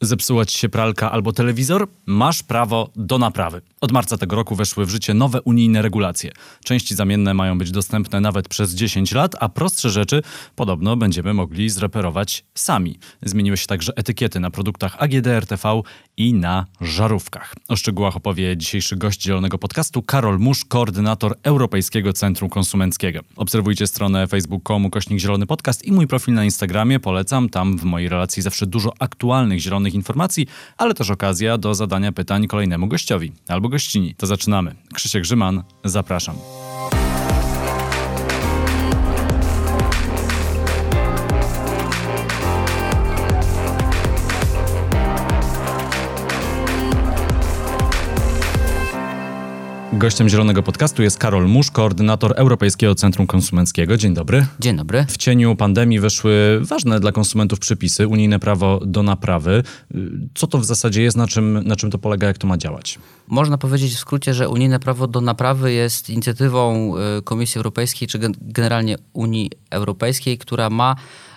Zepsuła ci się pralka albo telewizor? Masz prawo do naprawy. Od marca tego roku weszły w życie nowe unijne regulacje. Części zamienne mają być dostępne nawet przez 10 lat, a prostsze rzeczy podobno będziemy mogli zreperować sami. Zmieniły się także etykiety na produktach AGD, RTV i na żarówkach. O szczegółach opowie dzisiejszy gość Zielonego Podcastu, Karol Musz, koordynator Europejskiego Centrum Konsumenckiego. Obserwujcie stronę facebook.com/Zielony Podcast i mój profil na Instagramie. Polecam, tam w mojej relacji zawsze dużo aktualnych zielonych informacji, ale też okazja do zadania pytań kolejnemu gościowi albo gościni. To zaczynamy. Krzysiek Grzyman, zapraszam. Gościem Zielonego Podcastu jest Karol Musz, koordynator Europejskiego Centrum Konsumenckiego. Dzień dobry. Dzień dobry. W cieniu pandemii weszły ważne dla konsumentów przepisy, unijne prawo do naprawy. Co to w zasadzie jest, na czym to polega, jak to ma działać? Można powiedzieć w skrócie, że unijne prawo do naprawy jest inicjatywą Komisji Europejskiej, czy generalnie Unii Europejskiej, która ma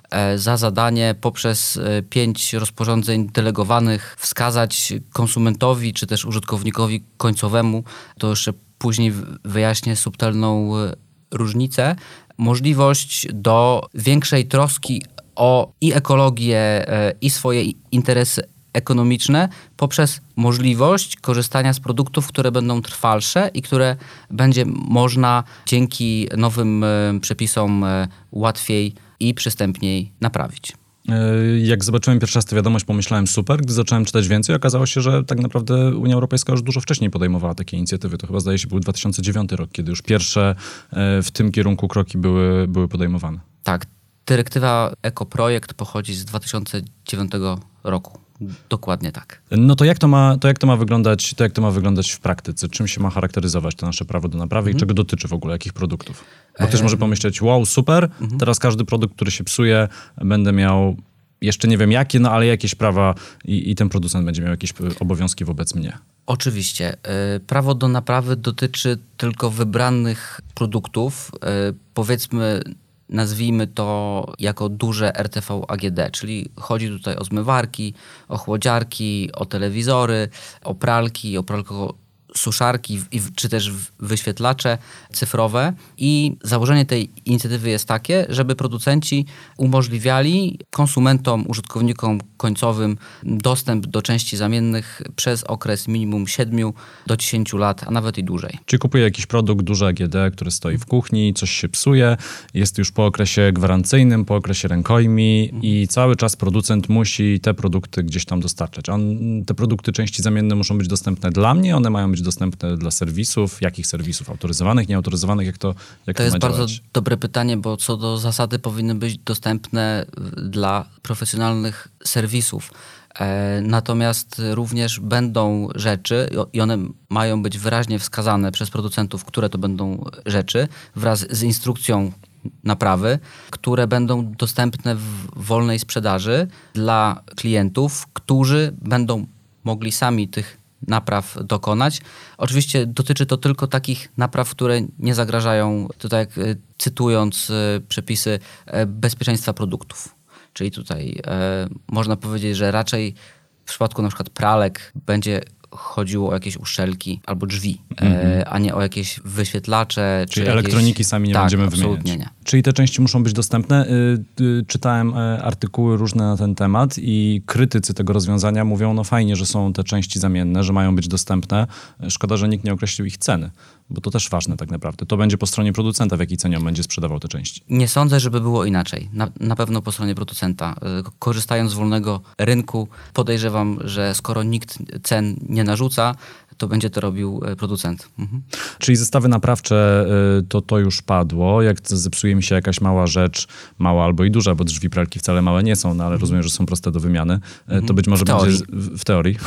za zadanie poprzez 5 rozporządzeń delegowanych wskazać konsumentowi czy też użytkownikowi końcowemu, to jeszcze później wyjaśnię subtelną różnicę, możliwość do większej troski o i ekologię, i swoje interesy ekonomiczne poprzez możliwość korzystania z produktów, które będą trwalsze i które będzie można dzięki nowym przepisom łatwiej i przystępniej naprawić. Jak zobaczyłem pierwszy raz tę wiadomość, pomyślałem super. Gdy zacząłem czytać więcej, okazało się, że tak naprawdę Unia Europejska już dużo wcześniej podejmowała takie inicjatywy. To chyba zdaje się był 2009 rok, kiedy już pierwsze w tym kierunku kroki były podejmowane. Tak, dyrektywa Ekoprojekt pochodzi z 2009 roku. Dokładnie tak. No to jak to ma wyglądać w praktyce? Czym się ma charakteryzować to nasze prawo do naprawy i czego dotyczy w ogóle, jakich produktów? Bo ktoś może pomyśleć, wow, super, teraz każdy produkt, który się psuje, będę miał, jeszcze nie wiem jakie, no ale jakieś prawa i ten producent będzie miał jakieś obowiązki wobec mnie. Oczywiście. Prawo do naprawy dotyczy tylko wybranych produktów, powiedzmy, nazwijmy to jako duże RTV AGD, czyli chodzi tutaj o zmywarki, o chłodziarki, o telewizory, o pralki, o pralkosuszarki czy też wyświetlacze cyfrowe. I założenie tej inicjatywy jest takie, żeby producenci umożliwiali konsumentom, użytkownikom końcowym dostęp do części zamiennych przez okres minimum 7 do 10 lat, a nawet i dłużej. Czyli kupuję jakiś produkt, duży AGD, który stoi w kuchni, coś się psuje, jest już po okresie gwarancyjnym, po okresie rękojmi i cały czas producent musi te produkty gdzieś tam dostarczać. Te produkty, części zamienne muszą być dostępne dla mnie, one mają być dostępne dla serwisów. Jakich serwisów? Autoryzowanych, nieautoryzowanych? Jak to jest ma bardzo działać? dobre pytanie, bo co do zasady powinny być dostępne dla profesjonalnych serwisów. Natomiast również będą rzeczy i one mają być wyraźnie wskazane przez producentów, które to będą rzeczy wraz z instrukcją naprawy, które będą dostępne w wolnej sprzedaży dla klientów, którzy będą mogli sami tych napraw dokonać. Oczywiście dotyczy to tylko takich napraw, które nie zagrażają, tutaj jak cytując przepisy bezpieczeństwa produktów. Czyli tutaj można powiedzieć, że raczej w przypadku na przykład pralek będzie chodziło o jakieś uszczelki albo drzwi, a nie o jakieś wyświetlacze. Czyli elektroniki sami nie będziemy wymieniać. Nie. Czyli te części muszą być dostępne. Czytałem artykuły różne na ten temat i krytycy tego rozwiązania mówią, no fajnie, że są te części zamienne, że mają być dostępne. Szkoda, że nikt nie określił ich ceny, bo to też ważne tak naprawdę. To będzie po stronie producenta, w jakiej cenie on będzie sprzedawał te części. Nie sądzę, żeby było inaczej. Na pewno po stronie producenta. Korzystając z wolnego rynku, podejrzewam, że skoro nikt cen nie narzuca, to będzie to robił producent. Czyli zestawy naprawcze to już padło. Jak zepsuje mi się jakaś mała rzecz, mała albo i duża, bo drzwi pralki wcale małe nie są, no ale rozumiem, że są proste do wymiany, to być może będzie w teorii.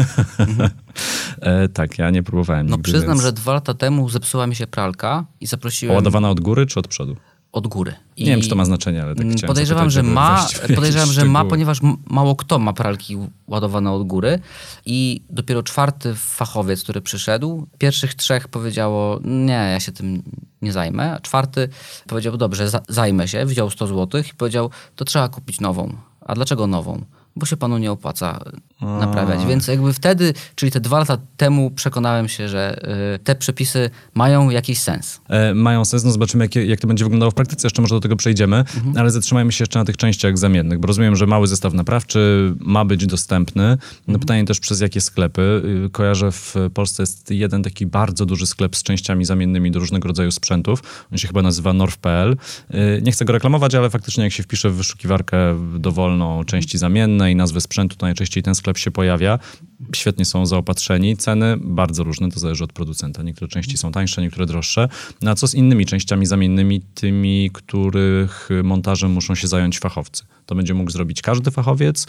Tak, ja nie próbowałem nigdy. No przyznam, że 2 lata temu zepsuła mi się pralka i zaprosiłem... Ładowana od góry czy od przodu? Od góry. Nie wiem, czy to ma znaczenie, ale tak chciałem Podejrzewam, zapytać, że ma, ponieważ mało kto ma pralki ładowane od góry i dopiero 4. fachowiec, który przyszedł, pierwszych 3 powiedziało, nie, ja się tym nie zajmę, a 4. powiedział, dobrze, zajmę się, wziął 100 zł i powiedział, to trzeba kupić nową. A dlaczego nową? Bo się panu nie opłaca naprawiać. Więc jakby wtedy, czyli te 2 lata temu przekonałem się, że te przepisy mają jakiś sens. Mają sens, no zobaczymy jak to będzie wyglądało w praktyce, jeszcze może do tego przejdziemy, ale zatrzymajmy się jeszcze na tych częściach zamiennych, bo rozumiem, że mały zestaw naprawczy ma być dostępny. No pytanie też przez jakie sklepy. Kojarzę, w Polsce jest jeden taki bardzo duży sklep z częściami zamiennymi do różnego rodzaju sprzętów. On się chyba nazywa norf.pl. Nie chcę go reklamować, ale faktycznie jak się wpisze w wyszukiwarkę dowolną części zamienne i nazwę sprzętu, to najczęściej ten sklep się pojawia. Świetnie są zaopatrzeni. Ceny bardzo różne, to zależy od producenta. Niektóre części są tańsze, niektóre droższe. No a co z innymi częściami zamiennymi, tymi, których montażem muszą się zająć fachowcy? To będzie mógł zrobić każdy fachowiec,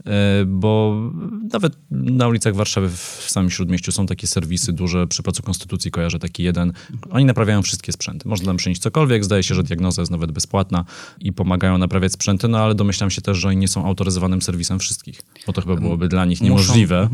bo nawet na ulicach Warszawy w samym Śródmieściu są takie serwisy duże. Przy Placu Konstytucji kojarzę taki jeden. Oni naprawiają wszystkie sprzęty. Można tam przynieść cokolwiek. Zdaje się, że diagnoza jest nawet bezpłatna i pomagają naprawiać sprzęty, no ale domyślam się też, że oni nie są autoryzowanym serwisem wszystkich, bo to chyba byłoby dla nich niemożliwe.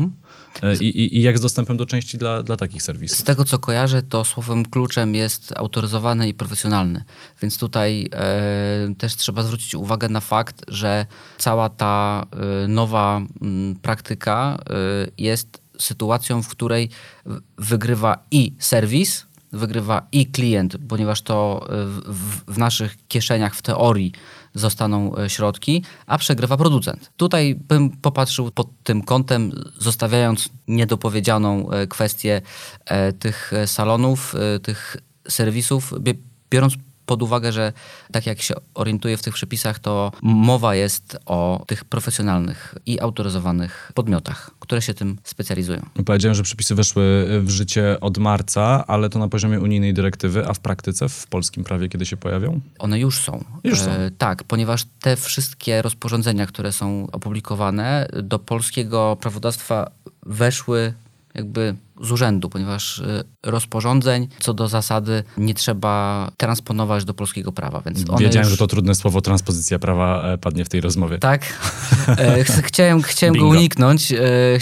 I jak z dostępem do części dla takich serwisów? Z tego, co kojarzę, to słowem kluczem jest autoryzowany i profesjonalny. Więc tutaj też trzeba zwrócić uwagę na fakt, że cała ta nowa praktyka jest sytuacją, w której wygrywa i serwis, wygrywa i klient, ponieważ to w naszych kieszeniach w teorii zostaną środki, a przegrywa producent. Tutaj bym popatrzył pod tym kątem, zostawiając niedopowiedzianą kwestię tych salonów, tych serwisów, biorąc pod uwagę, że tak jak się orientuję w tych przepisach, to mowa jest o tych profesjonalnych i autoryzowanych podmiotach, które się tym specjalizują. Powiedziałem, że przepisy weszły w życie od marca, ale to na poziomie unijnej dyrektywy, a w praktyce w polskim prawie kiedy się pojawią? One już są. Już są. Tak, ponieważ te wszystkie rozporządzenia, które są opublikowane, do polskiego prawodawstwa weszły jakby z urzędu, ponieważ rozporządzeń co do zasady nie trzeba transponować do polskiego prawa. Więc Wiedziałem, że to trudne słowo transpozycja prawa padnie w tej rozmowie. Tak. Chciałem go uniknąć,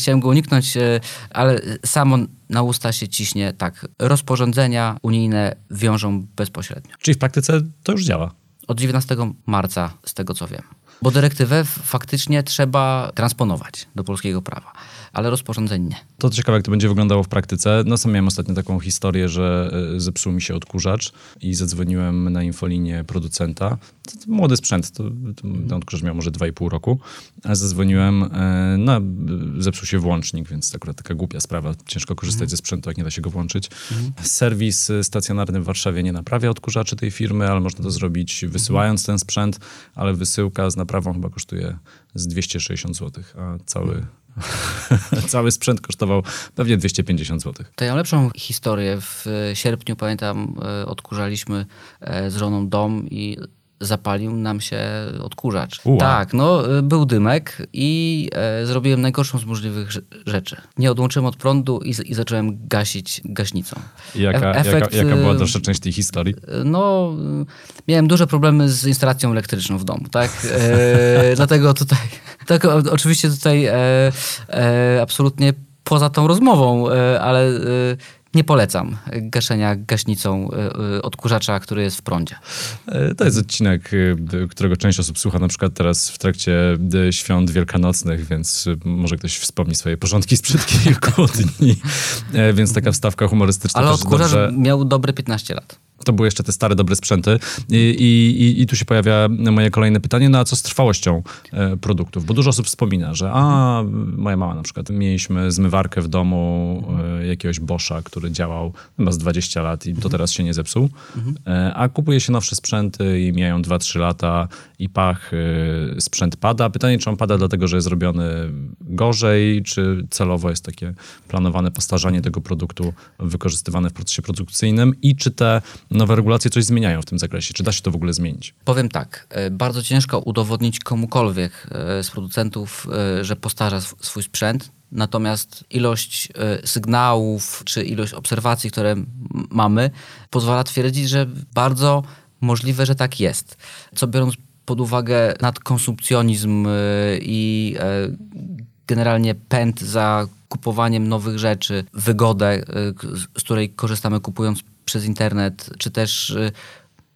ale samo na usta się ciśnie. Tak, rozporządzenia unijne wiążą bezpośrednio. Czyli w praktyce to już działa? Od 19 marca, z tego co wiem. Bo dyrektywę faktycznie trzeba transponować do polskiego prawa, ale rozporządzeń nie. To ciekawe, jak to będzie wyglądało w praktyce. No sam miałem ostatnio taką historię, że zepsuł mi się odkurzacz i zadzwoniłem na infolinię producenta. To młody sprzęt, ten odkurzacz miał może 2,5 roku, a zadzwoniłem, zepsuł się włącznik, więc akurat taka głupia sprawa. Ciężko korzystać ze sprzętu, jak nie da się go włączyć. Serwis stacjonarny w Warszawie nie naprawia odkurzaczy tej firmy, ale można to zrobić wysyłając ten sprzęt, ale wysyłka z naprawą chyba kosztuje z 260 zł, a cały sprzęt kosztował pewnie 250 zł. To ja mam lepszą historię. W sierpniu, pamiętam, odkurzaliśmy z żoną dom i zapalił nam się odkurzacz. Tak, był dymek i zrobiłem najgorszą z możliwych rzeczy. Nie odłączyłem od prądu i zacząłem gasić gaśnicą. Jaka była dalsza część tej historii? Miałem duże problemy z instalacją elektryczną w domu, tak? Dlatego tutaj, oczywiście tutaj absolutnie poza tą rozmową, ale nie polecam gaszenia gaśnicą odkurzacza, który jest w prądzie. To jest odcinek, którego część osób słucha na przykład teraz w trakcie świąt wielkanocnych, więc może ktoś wspomni swoje porządki sprzed kilku dni. Więc taka wstawka humorystyczna. Ale odkurzacz miał dobre 15 lat. To były jeszcze te stare, dobre sprzęty. I tu się pojawia moje kolejne pytanie, a co z trwałością produktów? Bo dużo osób wspomina, że moja mama na przykład, mieliśmy zmywarkę w domu jakiegoś Boscha, który działał chyba z 20 lat i to teraz się nie zepsuł. A kupuje się nowsze sprzęty i mijają 2-3 lata i sprzęt pada. Pytanie, czy on pada dlatego, że jest robiony gorzej, czy celowo jest takie planowane postarzanie tego produktu wykorzystywane w procesie produkcyjnym i czy te nowe regulacje coś zmieniają w tym zakresie? Czy da się to w ogóle zmienić? Powiem tak, bardzo ciężko udowodnić komukolwiek z producentów, że postarza swój sprzęt, natomiast ilość sygnałów czy ilość obserwacji, które mamy, pozwala twierdzić, że bardzo możliwe, że tak jest. Co biorąc pod uwagę nadkonsumpcjonizm i generalnie pęd za kupowaniem nowych rzeczy, wygodę, z której korzystamy kupując przez internet, czy też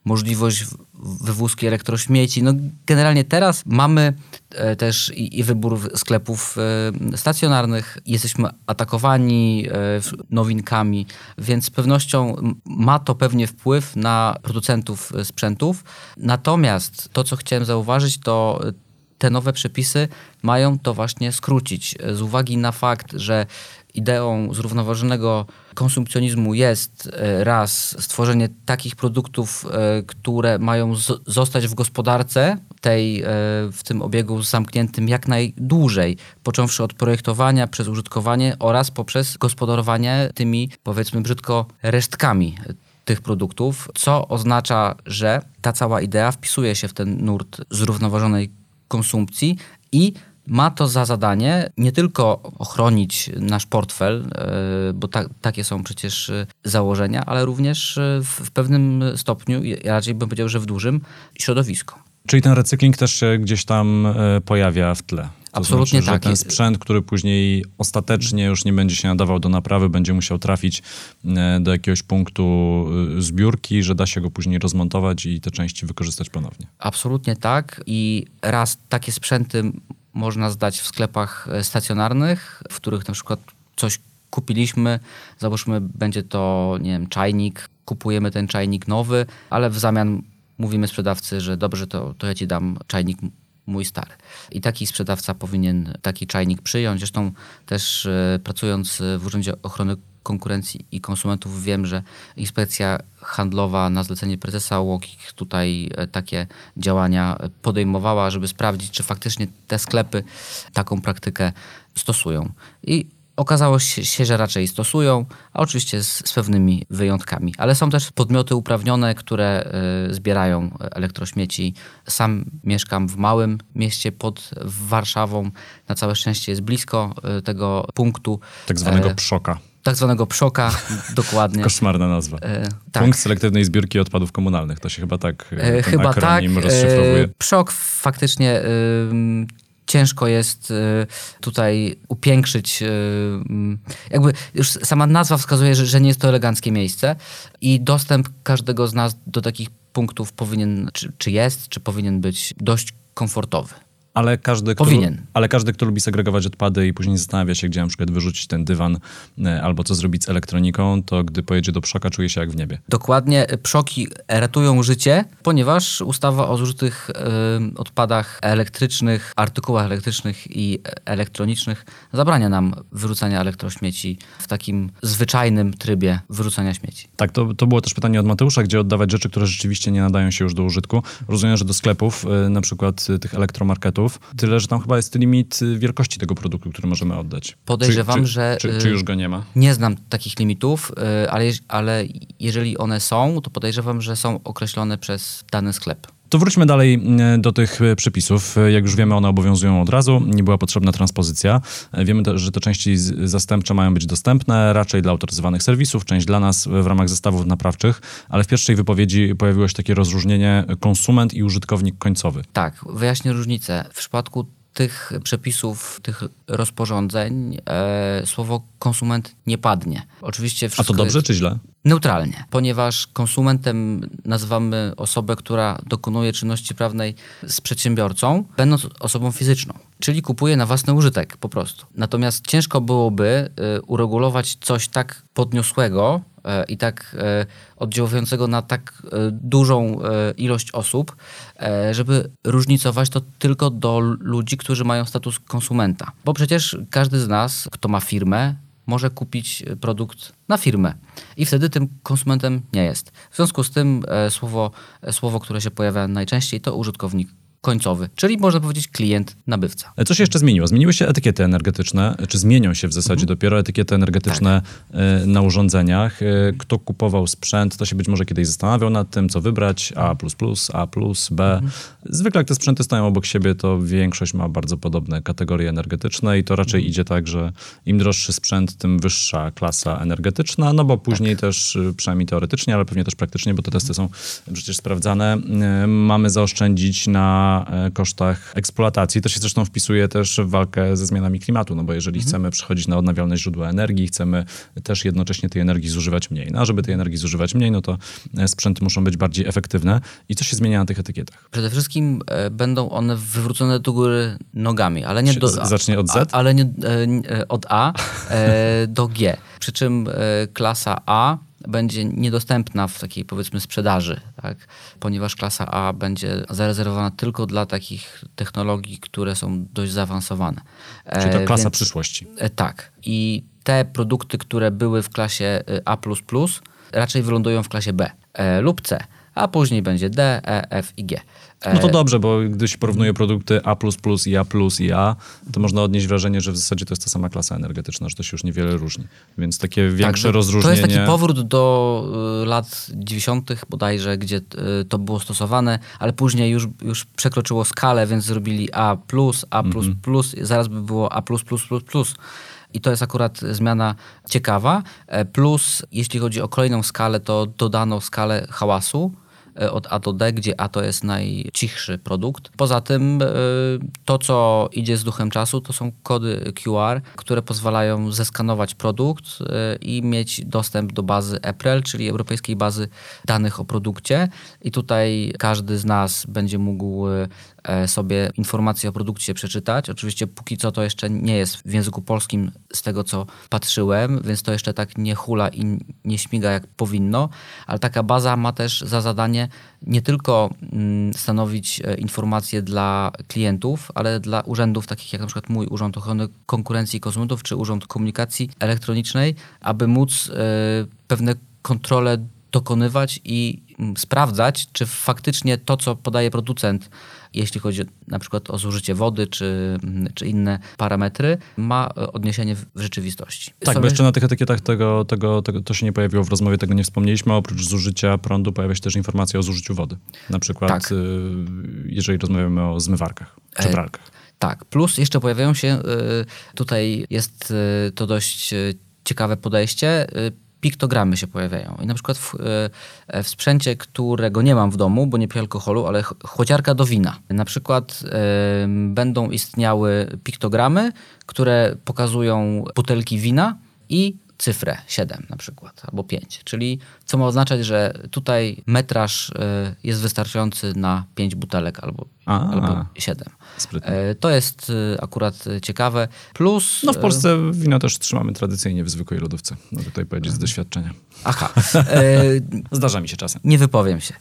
możliwość wywózki elektrośmieci. No, generalnie teraz mamy też i wybór sklepów stacjonarnych. Jesteśmy atakowani nowinkami, więc z pewnością ma to pewnie wpływ na producentów sprzętów. Natomiast to, co chciałem zauważyć, to te nowe przepisy mają to właśnie skrócić. Z uwagi na fakt, że ideą zrównoważonego konsumpcjonizmu jest raz stworzenie takich produktów, które mają zostać w gospodarce tej, w tym obiegu zamkniętym jak najdłużej, począwszy od projektowania, przez użytkowanie oraz poprzez gospodarowanie tymi, powiedzmy brzydko, resztkami tych produktów, co oznacza, że ta cała idea wpisuje się w ten nurt zrównoważonej konsumpcji i ma to za zadanie nie tylko ochronić nasz portfel, bo takie są przecież założenia, ale również w pewnym stopniu, ja raczej bym powiedział, że w dużym, środowisko. Czyli ten recykling też się gdzieś tam pojawia w tle. To Absolutnie znaczy, że tak. ten sprzęt, który później ostatecznie już nie będzie się nadawał do naprawy, będzie musiał trafić do jakiegoś punktu zbiórki, że da się go później rozmontować i te części wykorzystać ponownie. Absolutnie tak. I raz takie sprzęty można zdać w sklepach stacjonarnych, w których na przykład coś kupiliśmy, załóżmy będzie to, nie wiem, czajnik, kupujemy ten czajnik nowy, ale w zamian mówimy sprzedawcy, że dobrze, to ja ci dam czajnik mój stary. I taki sprzedawca powinien taki czajnik przyjąć. Zresztą też pracując w Urzędzie Ochrony Konkurencji i Konsumentów wiem, że Inspekcja Handlowa na zlecenie prezesa UOKiK tutaj takie działania podejmowała, żeby sprawdzić, czy faktycznie te sklepy taką praktykę stosują. I okazało się, że raczej stosują, a oczywiście z pewnymi wyjątkami. Ale są też podmioty uprawnione, które zbierają elektrośmieci. Sam mieszkam w małym mieście pod Warszawą. Na całe szczęście jest blisko tego punktu. Tak zwanego PSZOK-a. Tak zwanego PSZOK-a, dokładnie. Koszmarna nazwa. Tak. Punkt selektywnej zbiórki odpadów komunalnych. To się chyba tak ten chyba akronim tak. rozszyfrowuje. PSZOK faktycznie ciężko jest tutaj upiększyć. Jakby już sama nazwa wskazuje, że nie jest to eleganckie miejsce i dostęp każdego z nas do takich punktów powinien, czy powinien być dość komfortowy. Ale każdy, kto lubi segregować odpady i później zastanawia się, gdzie na przykład wyrzucić ten dywan albo co zrobić z elektroniką, to gdy pojedzie do PSZOK-a, czuje się jak w niebie. Dokładnie. PSZOK-i ratują życie, ponieważ ustawa o zużytych odpadach elektrycznych, artykułach elektrycznych i elektronicznych zabrania nam wyrzucania elektrośmieci w takim zwyczajnym trybie wyrzucania śmieci. Tak, to było też pytanie od Mateusza, gdzie oddawać rzeczy, które rzeczywiście nie nadają się już do użytku. Rozumiem, że do sklepów, na przykład tych elektromarketów, tyle, że tam chyba jest limit wielkości tego produktu, który możemy oddać. Podejrzewam, że... Czy już go nie ma? Nie znam takich limitów, ale jeżeli one są, to podejrzewam, że są określone przez dany sklep. To wróćmy dalej do tych przepisów. Jak już wiemy, one obowiązują od razu, nie była potrzebna transpozycja. Wiemy, że te części zastępcze mają być dostępne raczej dla autoryzowanych serwisów, część dla nas w ramach zestawów naprawczych, ale w pierwszej wypowiedzi pojawiło się takie rozróżnienie konsument i użytkownik końcowy. Tak, wyjaśnię różnicę. W przypadku tych przepisów, tych rozporządzeń słowo konsument nie padnie. Oczywiście a to dobrze czy źle? Neutralnie, ponieważ konsumentem nazywamy osobę, która dokonuje czynności prawnej z przedsiębiorcą, będąc osobą fizyczną, czyli kupuje na własny użytek po prostu. Natomiast ciężko byłoby uregulować coś tak podniosłego i tak oddziałującego na tak dużą ilość osób, żeby różnicować to tylko do ludzi, którzy mają status konsumenta. Bo przecież każdy z nas, kto ma firmę, może kupić produkt na firmę i wtedy tym konsumentem nie jest. W związku z tym słowo, które się pojawia najczęściej, to użytkownik końcowy, czyli można powiedzieć klient, nabywca. Co się jeszcze zmieniło? Zmieniły się etykiety energetyczne, czy zmienią się w zasadzie dopiero etykiety energetyczne na urządzeniach? Kto kupował sprzęt, to się być może kiedyś zastanawiał nad tym, co wybrać, A++, A+, B. Zwykle jak te sprzęty stoją obok siebie, to większość ma bardzo podobne kategorie energetyczne i to raczej idzie tak, że im droższy sprzęt, tym wyższa klasa energetyczna, no bo później też, przynajmniej teoretycznie, ale pewnie też praktycznie, bo te testy są przecież sprawdzane, mamy zaoszczędzić na na kosztach eksploatacji. To się zresztą wpisuje też w walkę ze zmianami klimatu, no bo jeżeli chcemy przechodzić na odnawialne źródła energii, chcemy też jednocześnie tej energii zużywać mniej. No a żeby tej energii zużywać mniej, no to sprzęty muszą być bardziej efektywne. I co się zmienia na tych etykietach? Przede wszystkim będą one wywrócone do góry nogami, ale nie Zacznie od Z? Ale nie od A do G. Przy czym klasa A będzie niedostępna w takiej, powiedzmy, sprzedaży, tak? Ponieważ klasa A będzie zarezerwowana tylko dla takich technologii, które są dość zaawansowane. Czyli to klasa przyszłości. Tak. I te produkty, które były w klasie A++, raczej wylądują w klasie B lub C, a później będzie D, E, F i G. No to dobrze, bo gdy się porównuje produkty A++ i A, to można odnieść wrażenie, że w zasadzie to jest ta sama klasa energetyczna, że to się już niewiele różni. Więc takie większe rozróżnienie... To jest taki powrót do lat 90. bodajże, gdzie to było stosowane, ale później już przekroczyło skalę, więc zrobili A+, zaraz by było A++++. I to jest akurat zmiana ciekawa. Plus, jeśli chodzi o kolejną skalę, to dodano skalę hałasu od A do D, gdzie A to jest najcichszy produkt. Poza tym to, co idzie z duchem czasu, to są kody QR, które pozwalają zeskanować produkt i mieć dostęp do bazy EPREL, czyli Europejskiej Bazy Danych o Produkcie. I tutaj każdy z nas będzie mógł sobie informacje o produkcie przeczytać. Oczywiście póki co to jeszcze nie jest w języku polskim z tego, co patrzyłem, więc to jeszcze tak nie hula i nie śmiga jak powinno, ale taka baza ma też za zadanie nie tylko stanowić informacje dla klientów, ale dla urzędów takich jak na przykład mój Urząd Ochrony Konkurencji i Konsumentów czy Urząd Komunikacji Elektronicznej, aby móc pewne kontrole dokonywać i sprawdzać, czy faktycznie to, co podaje producent, jeśli chodzi na przykład o zużycie wody czy inne parametry, ma odniesienie w rzeczywistości. Tak, bo jeszcze na tych etykietach tego to się nie pojawiło w rozmowie, tego nie wspomnieliśmy. Oprócz zużycia prądu pojawia się też informacja o zużyciu wody. Na przykład tak. Jeżeli rozmawiamy o zmywarkach czy pralkach. Tak, plus jeszcze pojawiają się, tutaj jest to dość ciekawe podejście, piktogramy się pojawiają. I na przykład w sprzęcie, którego nie mam w domu, bo nie piję alkoholu, ale chłociarka do wina. Na przykład będą istniały piktogramy, które pokazują butelki wina i cyfrę 7 na przykład, albo 5. Czyli co ma oznaczać, że tutaj metraż jest wystarczający na 5 butelek albo 7. To jest akurat ciekawe. Plus... No w Polsce wino też trzymamy tradycyjnie w zwykłej lodówce. Mogę tutaj powiedzieć z doświadczenia. Aha. Zdarza mi się czasem. Nie wypowiem się.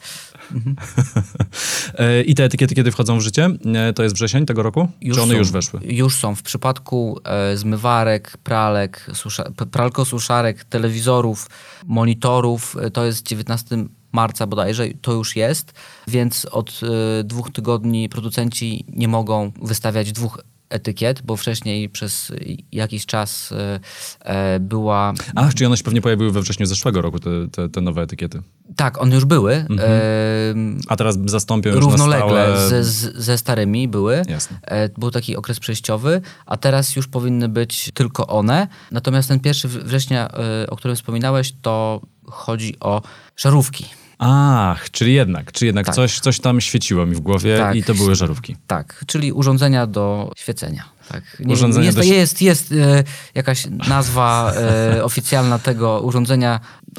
I te etykiety kiedy wchodzą w życie? To jest wrzesień tego roku? Czy one już weszły? Już są. W przypadku zmywarek, pralek, pralkosuszarek, telewizorów, monitorów, to jest 19 marca bodajże, to już jest, więc od 2 tygodni producenci nie mogą wystawiać 2 etykiet, bo wcześniej przez jakiś czas była... Czyli one się pewnie pojawiły we wrześniu zeszłego roku, te nowe etykiety. Tak, one już były. A teraz zastąpią już równolegle na stałe... ze starymi były. Jasne. Był taki okres przejściowy, a teraz już powinny być tylko one. Natomiast ten 1 września, o którym wspominałeś, to chodzi o żarówki. Czyli jednak tak. coś tam świeciło mi w głowie i to były żarówki. Tak, czyli urządzenia do świecenia. Tak. Jest jakaś nazwa oficjalna tego urządzenia,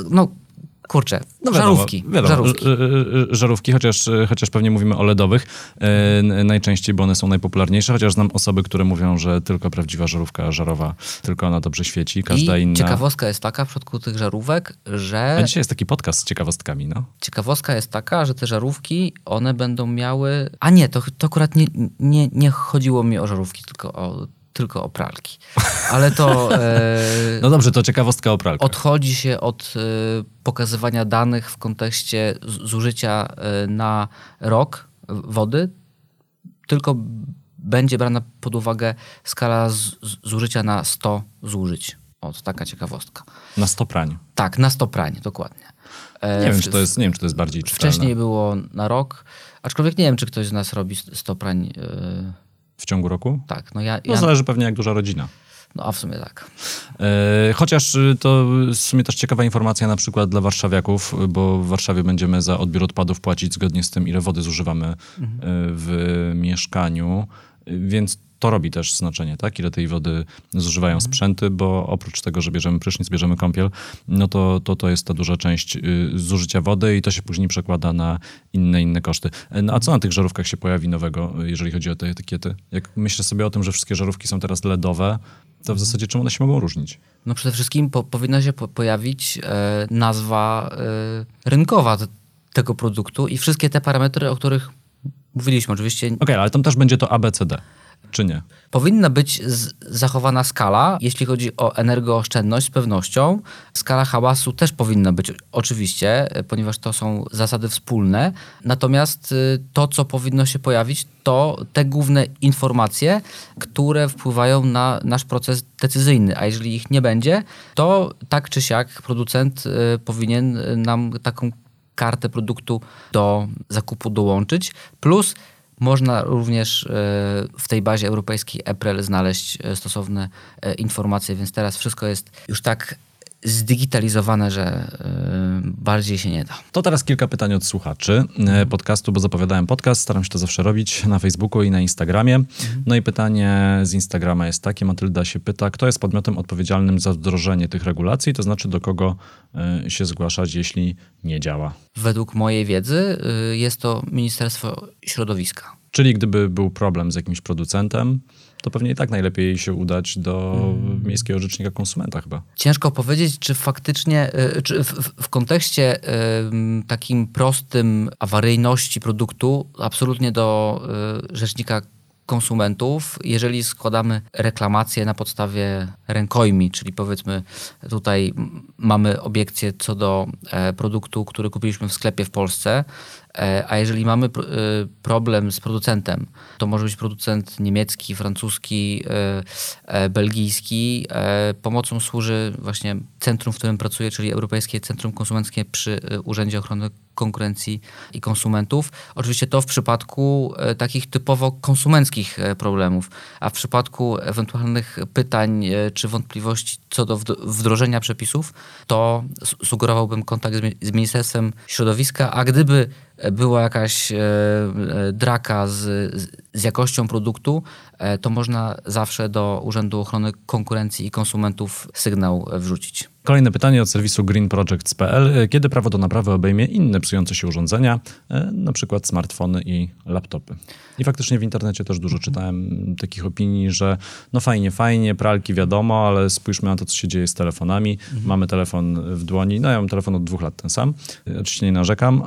żarówki. Żarówki, chociaż pewnie mówimy o LEDowych najczęściej, bo one są najpopularniejsze, chociaż znam osoby, które mówią, że tylko prawdziwa żarówka żarowa, tylko ona dobrze świeci, każda inna... ciekawostka jest taka w przypadku tych żarówek, że... A dzisiaj jest taki podcast z ciekawostkami, no. Ciekawostka jest taka, że te żarówki, one będą miały... to akurat nie chodziło mi o żarówki, tylko o pralki. Ale to... No dobrze, to ciekawostka o pralkach. Odchodzi się od pokazywania danych w kontekście zużycia na rok wody, tylko będzie brana pod uwagę skala zużycia na 100 zużyć. Taka ciekawostka. Na 100 prań. Tak, na 100 prań, dokładnie. Nie wiem, czy to jest bardziej czytelne. Wcześniej było na rok, aczkolwiek nie wiem, czy ktoś z nas robi 100 prań... W ciągu roku? Tak. Zależy pewnie jak duża rodzina. A w sumie tak. Chociaż to w sumie też ciekawa informacja na przykład dla warszawiaków, bo w Warszawie będziemy za odbiór odpadów płacić zgodnie z tym, ile wody zużywamy w mieszkaniu, więc to robi też znaczenie, tak? Ile tej wody zużywają sprzęty, bo oprócz tego, że bierzemy prysznic, bierzemy kąpiel, no to jest ta duża część zużycia wody i to się później przekłada na inne koszty. No a co na tych żarówkach się pojawi nowego, jeżeli chodzi o te etykiety? Jak myślę sobie o tym, że wszystkie żarówki są teraz LEDowe, to w zasadzie czym one się mogą różnić? No przede wszystkim powinna się pojawić nazwa rynkowa tego produktu i wszystkie te parametry, o których mówiliśmy. Oczywiście Okej, ale tam też będzie to ABCD, czy nie? powinna być zachowana skala, jeśli chodzi o energooszczędność z pewnością. Skala hałasu też powinna być oczywiście, ponieważ to są zasady wspólne. Natomiast to, co powinno się pojawić, to te główne informacje, które wpływają na nasz proces decyzyjny. A jeżeli ich nie będzie, to tak czy siak producent powinien nam taką kartę produktu do zakupu dołączyć. Plus można również w tej bazie europejskiej EPREL znaleźć stosowne informacje, więc teraz wszystko jest już tak zdigitalizowane, że bardziej się nie da. To teraz kilka pytań od słuchaczy podcastu, bo zapowiadałem podcast, staram się to zawsze robić na Facebooku i na Instagramie. No i pytanie z Instagrama jest takie, Matylda się pyta, kto jest podmiotem odpowiedzialnym za wdrożenie tych regulacji, to znaczy do kogo się zgłaszać, jeśli nie działa. Według mojej wiedzy jest to Ministerstwo Środowiska. Czyli gdyby był problem z jakimś producentem, to pewnie i tak najlepiej się udać do Miejskiego Rzecznika Konsumenta chyba. Ciężko powiedzieć, czy faktycznie, czy w kontekście takim prostym awaryjności produktu, absolutnie do Rzecznika Konsumentów, jeżeli składamy reklamację na podstawie rękojmi, czyli powiedzmy tutaj mamy obiekcję co do produktu, który kupiliśmy w sklepie w Polsce, a jeżeli mamy problem z producentem, to może być producent niemiecki, francuski, belgijski. Pomocą służy właśnie centrum, w którym pracuję, czyli Europejskie Centrum Konsumenckie przy Urzędzie Ochrony Konkurencji i Konsumentów. Oczywiście to w przypadku takich typowo konsumenckich problemów, a w przypadku ewentualnych pytań czy wątpliwości co do wdrożenia przepisów, to sugerowałbym kontakt z Ministerstwem Środowiska, a gdyby była jakaś draka z jakością produktu, to można zawsze do Urzędu Ochrony Konkurencji i Konsumentów sygnał wrzucić. Kolejne pytanie od serwisu greenprojects.pl. Kiedy prawo do naprawy obejmie inne psujące się urządzenia, na przykład smartfony i laptopy? I faktycznie w internecie też dużo czytałem takich opinii, że no fajnie, pralki wiadomo, ale spójrzmy na to, co się dzieje z telefonami. Mamy telefon w dłoni, no ja mam telefon od 2 lat ten sam. Oczywiście nie narzekam,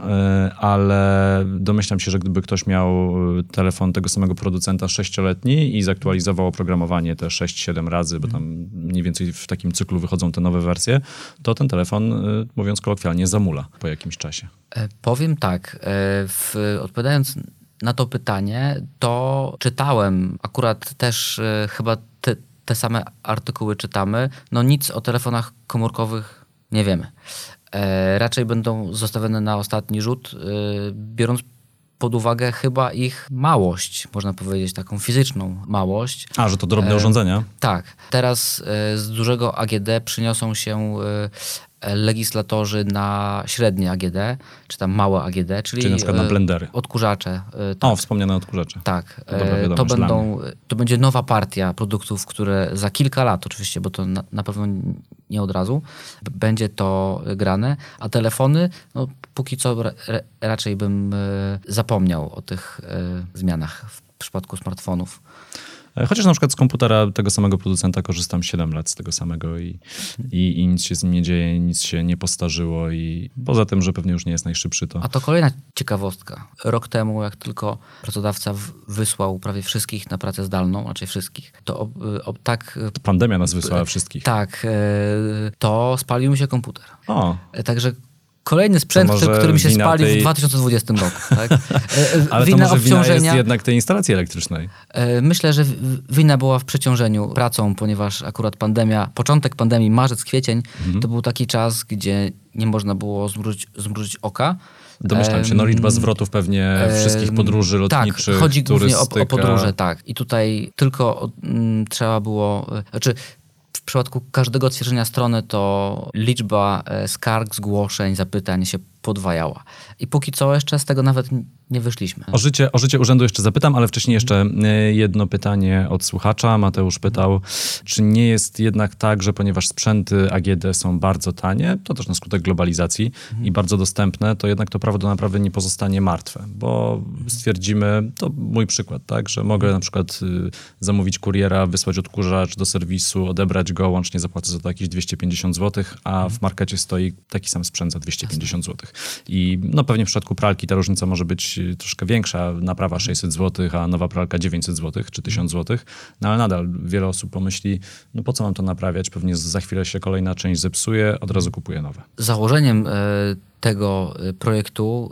ale domyślam się, że gdyby ktoś miał telefon tego samego producenta 6-letni i zaktualizował oprogramowanie te 6-7 razy, bo tam mniej więcej w takim cyklu wychodzą te nowe wersje, to ten telefon, mówiąc kolokwialnie, zamula po jakimś czasie. Powiem tak, odpowiadając na to pytanie, to czytałem, akurat też chyba te same artykuły czytamy, no nic o telefonach komórkowych nie wiemy. Raczej będą zostawione na ostatni rzut, biorąc pod uwagę chyba ich małość, można powiedzieć, taką fizyczną małość. A, że to drobne urządzenia? Tak. Teraz z dużego AGD przyniosą się legislatorzy na średnie AGD, czy tam małe AGD, czyli na przykład na blendery. Odkurzacze. Tak. O, wspomniane odkurzacze. Tak. Dobra To będzie nowa partia produktów, które za kilka lat oczywiście, bo to na pewno nie od razu, będzie to grane, a telefony, no póki co raczej bym zapomniał o tych zmianach w przypadku smartfonów. Chociaż na przykład z komputera tego samego producenta korzystam 7 lat z tego samego i nic się z nim nie dzieje, nic się nie postarzyło i poza tym, że pewnie już nie jest najszybszy, to... A to kolejna ciekawostka. Rok temu, jak tylko pracodawca wysłał prawie wszystkich na pracę zdalną, raczej wszystkich, to tak... To pandemia nas wysłała wszystkich. Tak, to spalił mi się komputer. O. Także kolejny sprzęt, który mi się spalił w 2020 roku. Tak? Ale to może wina jest jednak tej instalacji elektrycznej. Myślę, że wina była w przeciążeniu pracą, ponieważ akurat początek pandemii, marzec, kwiecień, to był taki czas, gdzie nie można było zmrużyć oka. Domyślam się, liczba zwrotów pewnie wszystkich podróży lotniczych, tak, chodzi głównie o turystyka. podróże, tak. I tutaj tylko trzeba było... przypadku każdego odświeżenia strony to liczba skarg, zgłoszeń, zapytań się podwajała. I póki co jeszcze z tego nawet nie wyszliśmy. O życie urzędu jeszcze zapytam, ale wcześniej jeszcze jedno pytanie od słuchacza. Mateusz pytał, czy nie jest jednak tak, że ponieważ sprzęty AGD są bardzo tanie, to też na skutek globalizacji i bardzo dostępne, to jednak to prawo do naprawy nie pozostanie martwe, bo stwierdzimy, to mój przykład, tak, że mogę na przykład zamówić kuriera, wysłać odkurzacz do serwisu, odebrać go, łącznie zapłacę za to jakieś 250 zł, a w markecie stoi taki sam sprzęt za 250 zł. I no pewnie w przypadku pralki ta różnica może być troszkę większa, naprawa 600 zł, a nowa pralka 900 zł czy 1000 zł, no ale nadal wiele osób pomyśli, no po co mam to naprawiać, pewnie za chwilę się kolejna część zepsuje, od razu kupuję nowe. Założeniem tego projektu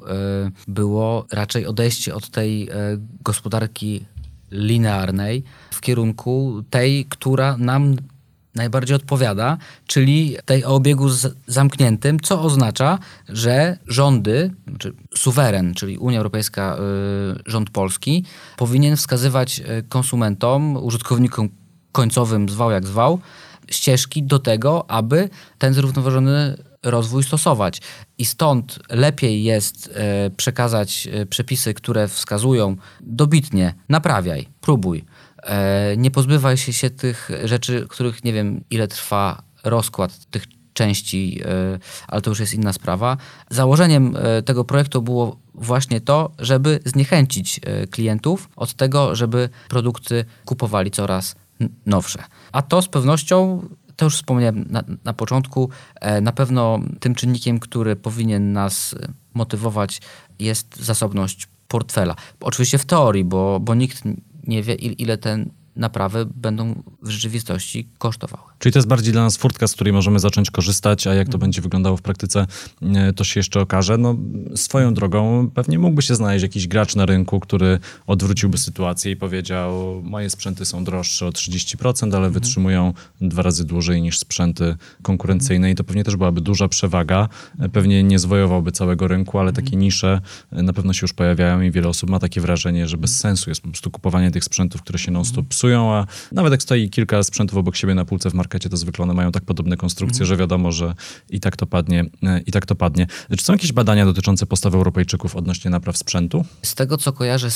było raczej odejście od tej gospodarki linearnej w kierunku tej, która nam najbardziej odpowiada, czyli tej o obiegu zamkniętym, co oznacza, że rządy, czy suweren, czyli Unia Europejska, rząd polski, powinien wskazywać konsumentom, użytkownikom końcowym, zwał jak zwał, ścieżki do tego, aby ten zrównoważony rozwój stosować. I stąd lepiej jest przekazać przepisy, które wskazują dobitnie, naprawiaj, próbuj. Nie pozbywaj się tych rzeczy, których nie wiem, ile trwa rozkład tych części, ale to już jest inna sprawa. Założeniem tego projektu było właśnie to, żeby zniechęcić klientów od tego, żeby produkty kupowali coraz nowsze. A to z pewnością, to już wspomniałem na początku, na pewno tym czynnikiem, który powinien nas motywować, jest zasobność portfela. Oczywiście w teorii, bo nikt nie wie, ile te naprawy będą w rzeczywistości kosztowały. Czyli to jest bardziej dla nas furtka, z której możemy zacząć korzystać, a jak to będzie wyglądało w praktyce, to się jeszcze okaże. No, swoją drogą pewnie mógłby się znaleźć jakiś gracz na rynku, który odwróciłby sytuację i powiedział, moje sprzęty są droższe o 30%, ale wytrzymują 2 razy dłużej niż sprzęty konkurencyjne i to pewnie też byłaby duża przewaga. Pewnie nie zwojowałby całego rynku, ale takie nisze na pewno się już pojawiają i wiele osób ma takie wrażenie, że bez sensu jest po prostu kupowanie tych sprzętów, które się non-stop psują, a nawet jak stoi kilka sprzętów obok siebie na półce w markecie, to zwykle one mają tak podobne konstrukcje, że wiadomo, że i tak to padnie. Czy są jakieś badania dotyczące postawy Europejczyków odnośnie napraw sprzętu? Z tego, co kojarzę,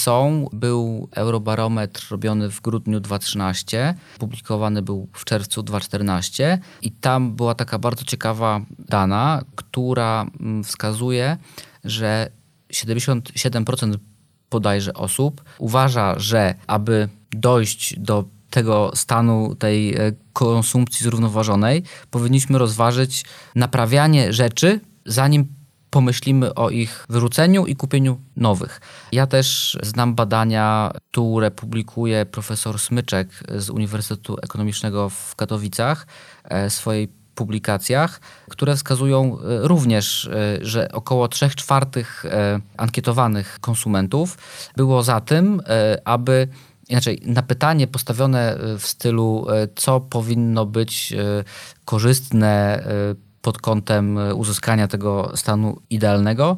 był Eurobarometr robiony w grudniu 2013, publikowany był w czerwcu 2014 i tam była taka bardzo ciekawa dana, która wskazuje, że 77% bodajże osób uważa, że aby dojść do tego stanu, tej konsumpcji zrównoważonej, powinniśmy rozważyć naprawianie rzeczy, zanim pomyślimy o ich wyrzuceniu i kupieniu nowych. Ja też znam badania, które publikuje profesor Smyczek z Uniwersytetu Ekonomicznego w Katowicach w swojej publikacjach, które wskazują również, że około 3/4 ankietowanych konsumentów było za tym, aby na pytanie postawione w stylu, co powinno być korzystne pod kątem uzyskania tego stanu idealnego,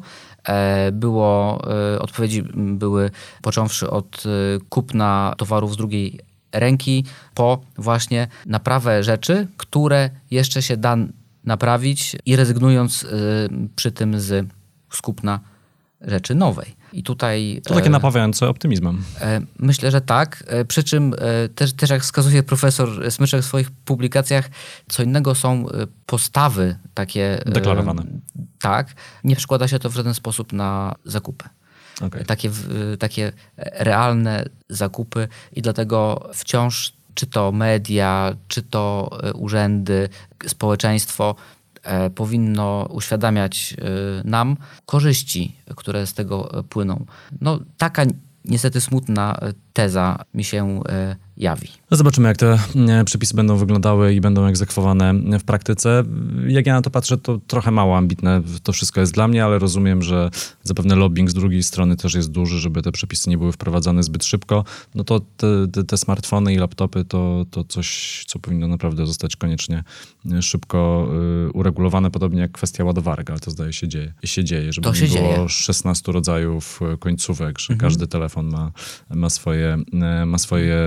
odpowiedzi były począwszy od kupna towarów z drugiej ręki, po właśnie naprawę rzeczy, które jeszcze się da naprawić i rezygnując przy tym z kupna rzeczy nowej. I tutaj to takie napawiające optymizmem. Myślę, że tak. Przy czym też jak wskazuje profesor Smyczek w swoich publikacjach, co innego są postawy takie deklarowane. Tak. Nie przekłada się to w żaden sposób na zakupy. Okay. Takie realne zakupy i dlatego wciąż czy to media, czy to urzędy, społeczeństwo powinno uświadamiać nam korzyści, które z tego płyną. No, taka niestety smutna teza mi się jawi. No zobaczymy, jak te przepisy będą wyglądały i będą egzekwowane w praktyce. Jak ja na to patrzę, to trochę mało ambitne to wszystko jest dla mnie, ale rozumiem, że zapewne lobbying z drugiej strony też jest duży, żeby te przepisy nie były wprowadzane zbyt szybko. No to te smartfony i laptopy to coś, co powinno naprawdę zostać koniecznie szybko uregulowane, podobnie jak kwestia ładowarek, ale to zdaje się dzieje, żeby nie było 16 rodzajów końcówek, że każdy telefon ma swoje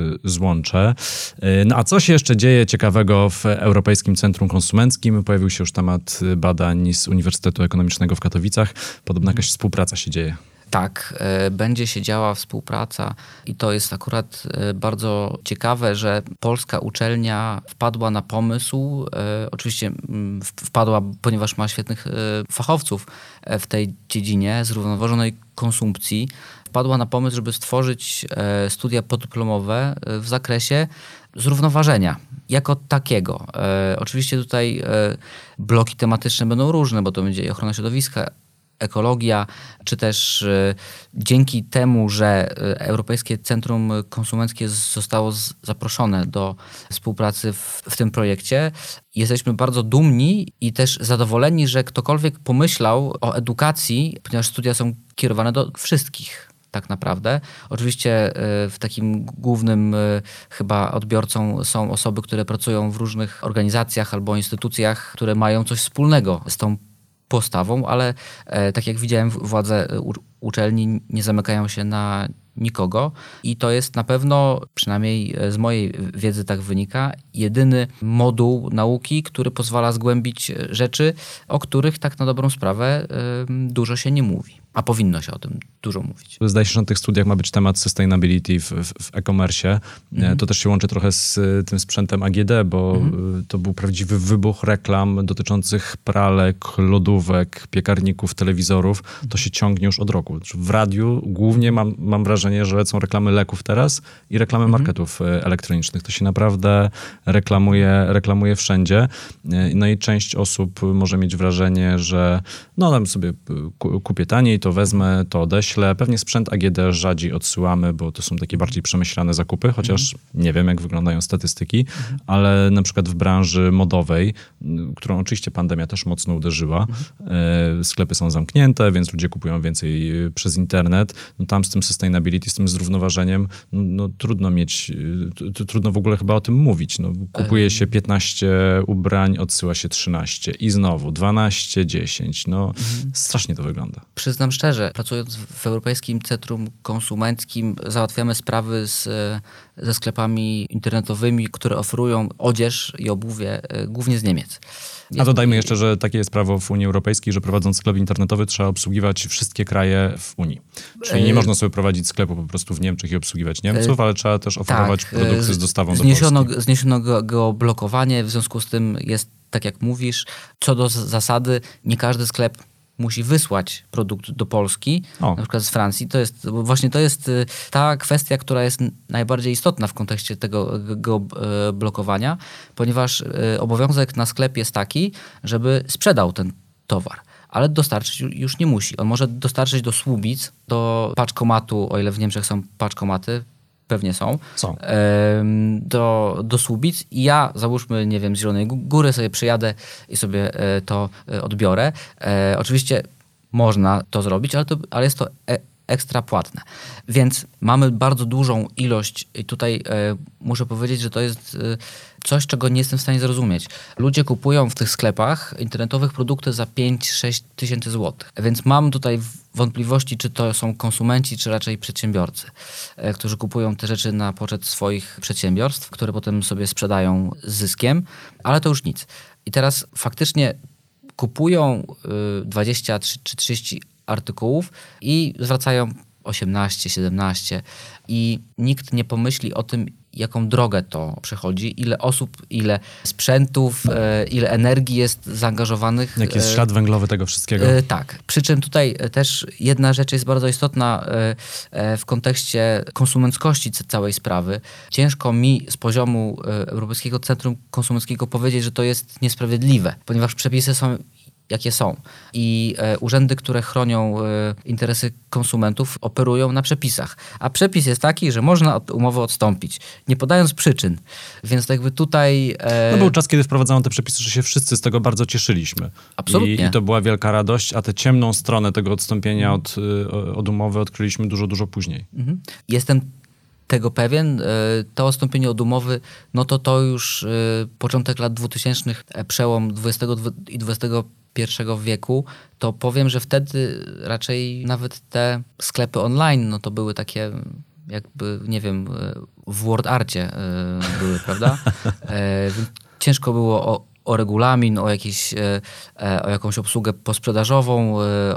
Złącze. No a co się jeszcze dzieje ciekawego w Europejskim Centrum Konsumenckim? Pojawił się już temat badań z Uniwersytetu Ekonomicznego w Katowicach. Podobno jakaś współpraca się dzieje. Tak, będzie się działa współpraca i to jest akurat bardzo ciekawe, że polska uczelnia wpadła na pomysł, oczywiście wpadła, ponieważ ma świetnych fachowców w tej dziedzinie zrównoważonej konsumpcji, wpadła na pomysł, żeby stworzyć studia podyplomowe w zakresie zrównoważenia jako takiego. Oczywiście tutaj bloki tematyczne będą różne, bo to będzie ochrona środowiska, ekologia, czy też dzięki temu, że Europejskie Centrum Konsumenckie zostało zaproszone do współpracy w tym projekcie, jesteśmy bardzo dumni i też zadowoleni, że ktokolwiek pomyślał o edukacji, ponieważ studia są kierowane do wszystkich. Tak naprawdę. Oczywiście w takim głównym chyba odbiorcą są osoby, które pracują w różnych organizacjach albo instytucjach, które mają coś wspólnego z tą postawą, ale tak jak widziałem, władze uczelni nie zamykają się na nikogo i to jest na pewno, przynajmniej z mojej wiedzy tak wynika, jedyny moduł nauki, który pozwala zgłębić rzeczy, o których tak na dobrą sprawę dużo się nie mówi. A powinno się o tym dużo mówić. Zdaje się, że na tych studiach ma być temat sustainability w e-commerce. To też się łączy trochę z tym sprzętem AGD, bo to był prawdziwy wybuch reklam dotyczących pralek, lodówek, piekarników, telewizorów. To się ciągnie już od roku. W radiu głównie mam wrażenie, że lecą reklamy leków teraz i reklamy marketów elektronicznych. To się naprawdę reklamuje wszędzie. No i część osób może mieć wrażenie, że no tam sobie kupię taniej, to wezmę, to odeślę. Pewnie sprzęt AGD rzadziej odsyłamy, bo to są takie bardziej przemyślane zakupy, chociaż nie wiem, jak wyglądają statystyki, ale na przykład w branży modowej, którą oczywiście pandemia też mocno uderzyła, sklepy są zamknięte, więc ludzie kupują więcej przez internet. No tam z tym sustainability, z tym zrównoważeniem, no trudno w ogóle chyba o tym mówić. No, kupuje się 15 ubrań, odsyła się 13 i znowu 12, 10. No strasznie to wygląda. Przyznam szczerze, pracując w Europejskim Centrum Konsumenckim załatwiamy sprawy ze sklepami internetowymi, które oferują odzież i obuwie głównie z Niemiec. A dodajmy jeszcze, że takie jest prawo w Unii Europejskiej, że prowadząc sklep internetowy trzeba obsługiwać wszystkie kraje w Unii. Czyli nie można sobie prowadzić sklepu po prostu w Niemczech i obsługiwać Niemców, ale trzeba też oferować produkty z dostawą do Polski. Zniesiono geoblokowanie, w związku z tym jest, tak jak mówisz, co do zasady, nie każdy sklep musi wysłać produkt do Polski, na przykład z Francji. To jest ta kwestia, która jest najbardziej istotna w kontekście tego blokowania, ponieważ obowiązek na sklep jest taki, żeby sprzedał ten towar, ale dostarczyć już nie musi. On może dostarczyć do Słubic, do paczkomatu, o ile w Niemczech są paczkomaty, pewnie są. Do Słubic i ja, załóżmy, nie wiem, z Zielonej Góry sobie przyjadę i sobie to odbiorę. Oczywiście można to zrobić, ale jest to ekstra płatne. Więc mamy bardzo dużą ilość i tutaj muszę powiedzieć, że to jest coś, czego nie jestem w stanie zrozumieć. Ludzie kupują w tych sklepach internetowych produkty za 5-6 tysięcy złotych. Więc mam tutaj wątpliwości, czy to są konsumenci, czy raczej przedsiębiorcy, którzy kupują te rzeczy na poczet swoich przedsiębiorstw, które potem sobie sprzedają z zyskiem, ale to już nic. I teraz faktycznie kupują 20 czy 30 artykułów i zwracają 18, 17 i nikt nie pomyśli o tym, jaką drogę to przechodzi, ile osób, ile sprzętów, ile energii jest zaangażowanych. Jaki jest ślad węglowy tego wszystkiego. Tak. Przy czym tutaj też jedna rzecz jest bardzo istotna w kontekście konsumenckości całej sprawy. Ciężko mi z poziomu Europejskiego Centrum Konsumenckiego powiedzieć, że to jest niesprawiedliwe, ponieważ przepisy są jakie są. I urzędy, które chronią interesy konsumentów, operują na przepisach. A przepis jest taki, że można od umowy odstąpić, nie podając przyczyn. Więc to jakby tutaj... No był czas, kiedy wprowadzano te przepisy, że się wszyscy z tego bardzo cieszyliśmy. Absolutnie. I to była wielka radość, a tę ciemną stronę tego odstąpienia od umowy odkryliśmy dużo, dużo później. Jestem tego pewien. To odstąpienie od umowy, no to już początek lat 2000, przełom XX i XXI wieku, to powiem, że wtedy raczej nawet te sklepy online, no to były takie jakby, nie wiem, w WordArcie były, prawda? Więc ciężko było o regulamin, o jakąś obsługę posprzedażową,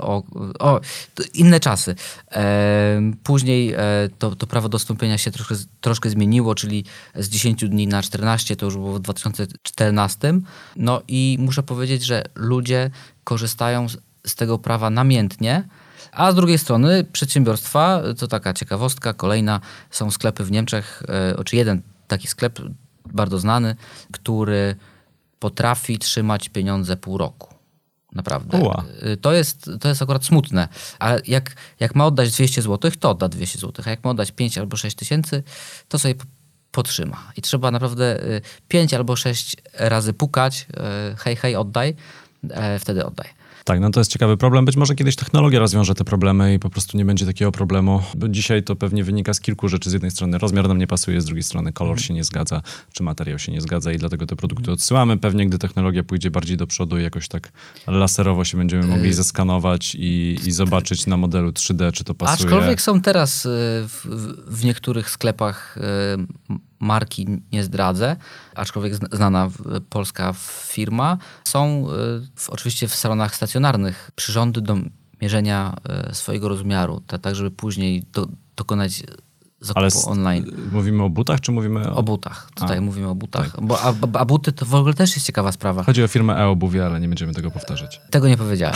inne czasy. Później to prawo dostąpienia się troszkę zmieniło, czyli z 10 dni na 14, to już było w 2014. No i muszę powiedzieć, że ludzie korzystają z tego prawa namiętnie, a z drugiej strony przedsiębiorstwa, to taka ciekawostka, kolejna, są sklepy w Niemczech, czy jeden taki sklep bardzo znany, który potrafi trzymać pieniądze pół roku. Naprawdę. Uła. To jest akurat smutne. Ale jak ma oddać 200 zł, to odda 200 zł. A jak ma oddać 5 albo 6 tysięcy, to sobie potrzyma. I trzeba naprawdę 5 albo 6 razy pukać. Hej, hej, oddaj. Wtedy oddaj. Tak, no to jest ciekawy problem. Być może kiedyś technologia rozwiąże te problemy i po prostu nie będzie takiego problemu. Bo dzisiaj to pewnie wynika z kilku rzeczy. Z jednej strony rozmiar nam nie pasuje, z drugiej strony kolor się nie zgadza, czy materiał się nie zgadza i dlatego te produkty odsyłamy. Pewnie gdy technologia pójdzie bardziej do przodu i jakoś tak laserowo się będziemy mogli zeskanować i zobaczyć na modelu 3D, czy to pasuje. Aczkolwiek są teraz w niektórych sklepach marki nie zdradzę, aczkolwiek znana polska firma. Są oczywiście w salonach stacjonarnych przyrządy do mierzenia swojego rozmiaru, tak żeby później dokonać zakupu online. Mówimy o butach, czy mówimy o butach? Tutaj mówimy o butach. Tak. A buty to w ogóle też jest ciekawa sprawa. Chodzi o firmę e-obuwie, ale nie będziemy tego powtarzać. Tego nie powiedziałem.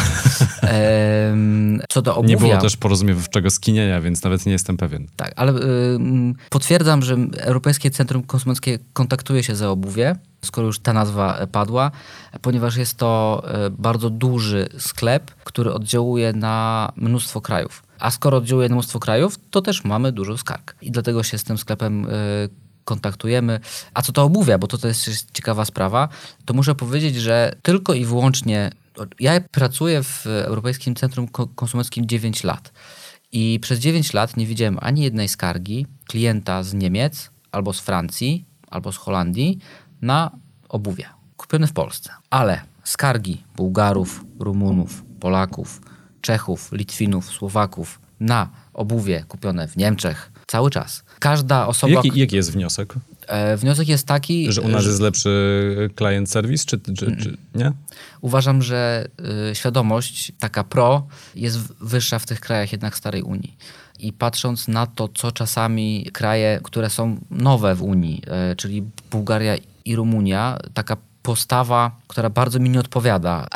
Co do obuwia... Nie było też porozumiewczego skinienia, więc nawet nie jestem pewien. Tak, ale potwierdzam, że Europejskie Centrum Konsumenckie kontaktuje się za obuwie, skoro już ta nazwa padła, ponieważ jest to bardzo duży sklep, który oddziałuje na mnóstwo krajów. A skoro oddziałuje na mnóstwo krajów, to też mamy dużo skarg. I dlatego się z tym sklepem kontaktujemy. A co to obuwia, bo to jest ciekawa sprawa, to muszę powiedzieć, że tylko i wyłącznie... Ja pracuję w Europejskim Centrum Konsumenckim 9 lat. I przez 9 lat nie widziałem ani jednej skargi klienta z Niemiec, albo z Francji, albo z Holandii na obuwie kupione w Polsce. Ale skargi Bułgarów, Rumunów, Polaków, Czechów, Litwinów, Słowaków na obuwie kupione w Niemczech cały czas. Każda osoba... Jaki jest wniosek? Wniosek jest taki... Że u nas jest lepszy client service, czy nie? Uważam, że świadomość taka pro jest wyższa w tych krajach jednak starej Unii. I patrząc na to, co czasami kraje, które są nowe w Unii, czyli Bułgaria i Rumunia, taka postawa, która bardzo mi nie odpowiada.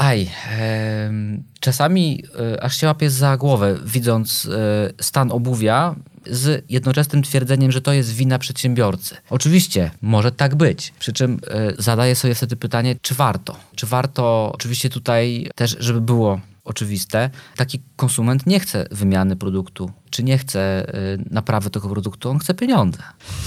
Czasami aż się łapię za głowę, widząc stan obuwia z jednoczesnym twierdzeniem, że to jest wina przedsiębiorcy. Oczywiście, może tak być. Przy czym zadaję sobie wtedy pytanie, czy warto? Czy warto, oczywiście tutaj też, żeby było oczywiste, taki konsument nie chce wymiany produktu, czy nie chce naprawy tego produktu, on chce pieniądze.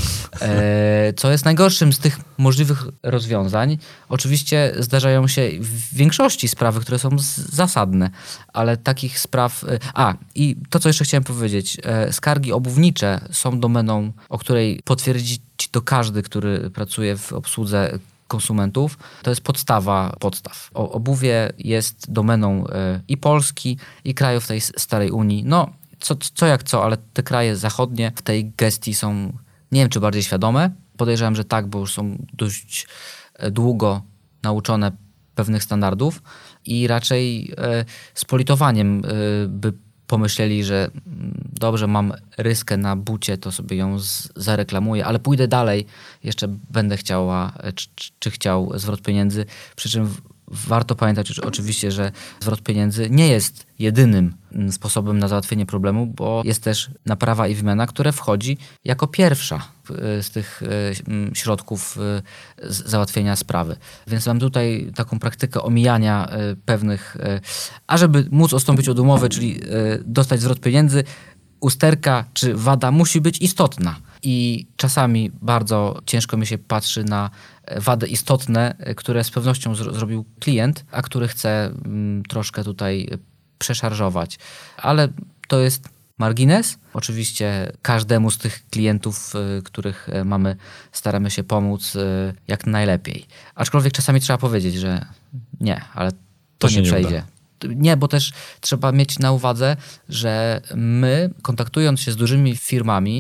Co jest najgorszym z tych możliwych rozwiązań. Oczywiście zdarzają się w większości sprawy, które są zasadne, ale takich spraw... i to, co jeszcze chciałem powiedzieć. Skargi obuwnicze są domeną, o której potwierdzi to każdy, który pracuje w obsłudze konsumentów. To jest podstaw. Obuwie jest domeną i Polski, i krajów tej starej Unii. No, co jak co, ale te kraje zachodnie w tej gestii są, nie wiem, czy bardziej świadome. Podejrzewam, że tak, bo już są dość długo nauczone pewnych standardów i raczej z politowaniem by pomyśleli, że dobrze, mam ryskę na bucie, to sobie ją zareklamuję, ale pójdę dalej, jeszcze będę chciała, czy chciał zwrot pieniędzy, przy czym warto pamiętać oczywiście, że zwrot pieniędzy nie jest jedynym sposobem na załatwienie problemu, bo jest też naprawa i wymiana, które wchodzi jako pierwsza z tych środków załatwienia sprawy. Więc mam tutaj taką praktykę omijania pewnych, ażeby móc odstąpić od umowy, czyli dostać zwrot pieniędzy, usterka czy wada musi być istotna. I czasami bardzo ciężko mi się patrzy na wady istotne, które z pewnością zrobił klient, a który chce troszkę tutaj przeszarżować. Ale to jest margines. Oczywiście każdemu z tych klientów, których mamy, staramy się pomóc jak najlepiej. Aczkolwiek czasami trzeba powiedzieć, że nie, ale to nie przejdzie. Nie, bo też trzeba mieć na uwadze, że my, kontaktując się z dużymi firmami,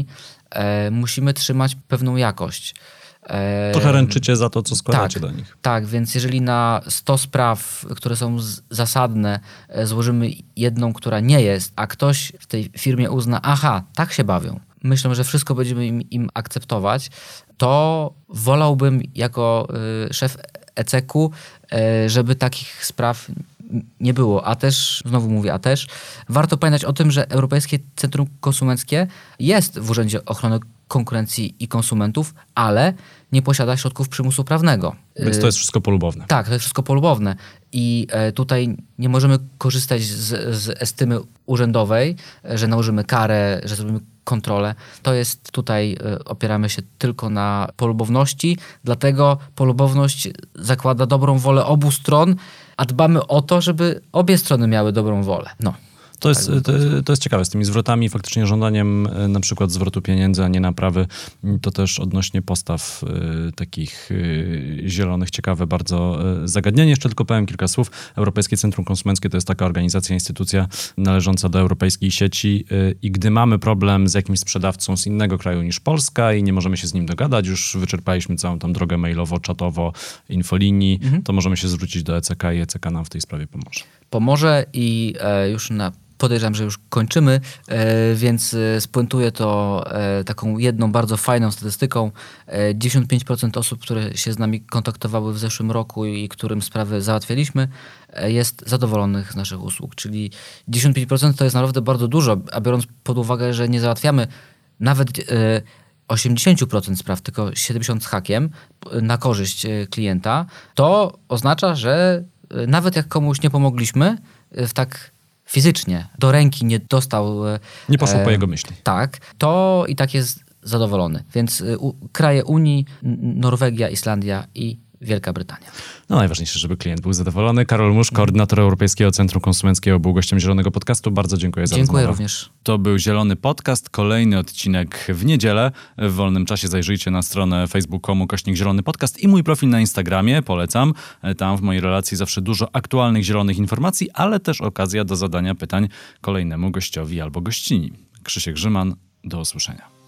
musimy trzymać pewną jakość. Trochę ręczycie za to, co składacie do nich. Tak, więc jeżeli na 100 spraw, które są zasadne, złożymy jedną, która nie jest, a ktoś w tej firmie uzna, aha, tak się bawią, myślę, że wszystko będziemy im akceptować, to wolałbym jako szef ECEK-u, żeby takich spraw nie było. A też, znowu mówię, warto pamiętać o tym, że Europejskie Centrum Konsumenckie jest w Urzędzie Ochrony Konkurencji i Konsumentów, ale nie posiada środków przymusu prawnego. Więc to jest wszystko polubowne. Tak, to jest wszystko polubowne. I tutaj nie możemy korzystać z estymy urzędowej, że nałożymy karę, że zrobimy kontrolę. To jest tutaj, opieramy się tylko na polubowności, dlatego polubowność zakłada dobrą wolę obu stron, a dbamy o to, żeby obie strony miały dobrą wolę. No. To jest ciekawe. Z tymi zwrotami, faktycznie żądaniem na przykład zwrotu pieniędzy, a nie naprawy, to też odnośnie postaw takich zielonych, ciekawe bardzo zagadnienie. Jeszcze tylko powiem kilka słów. Europejskie Centrum Konsumenckie to jest taka organizacja, instytucja należąca do europejskiej sieci i gdy mamy problem z jakimś sprzedawcą z innego kraju niż Polska i nie możemy się z nim dogadać, już wyczerpaliśmy całą tą drogę mailowo, czatowo, infolinii, to możemy się zwrócić do ECK i ECK nam w tej sprawie pomoże. Pomoże i podejrzewam, że już kończymy, więc spuentuję to taką jedną bardzo fajną statystyką. 95% osób, które się z nami kontaktowały w zeszłym roku i którym sprawy załatwialiśmy, jest zadowolonych z naszych usług. Czyli 95% to jest naprawdę bardzo dużo, a biorąc pod uwagę, że nie załatwiamy nawet 80% spraw, tylko 70% z hakiem na korzyść klienta, to oznacza, że nawet jak komuś nie pomogliśmy tak fizycznie, do ręki nie dostał... Nie poszło po jego myśli. Tak, to i tak jest zadowolony. Więc kraje Unii, Norwegia, Islandia i Wielka Brytania. No najważniejsze, żeby klient był zadowolony. Karol Musz, koordynator Europejskiego Centrum Konsumenckiego, był gościem Zielonego Podcastu. Bardzo dziękuję za rozmowę. Dziękuję również. To był Zielony Podcast, kolejny odcinek w niedzielę. W wolnym czasie zajrzyjcie na stronę facebook.com/Zielony Podcast i mój profil na Instagramie, polecam. Tam w mojej relacji zawsze dużo aktualnych zielonych informacji, ale też okazja do zadania pytań kolejnemu gościowi albo gościni. Krzysiek Grzyman, do usłyszenia.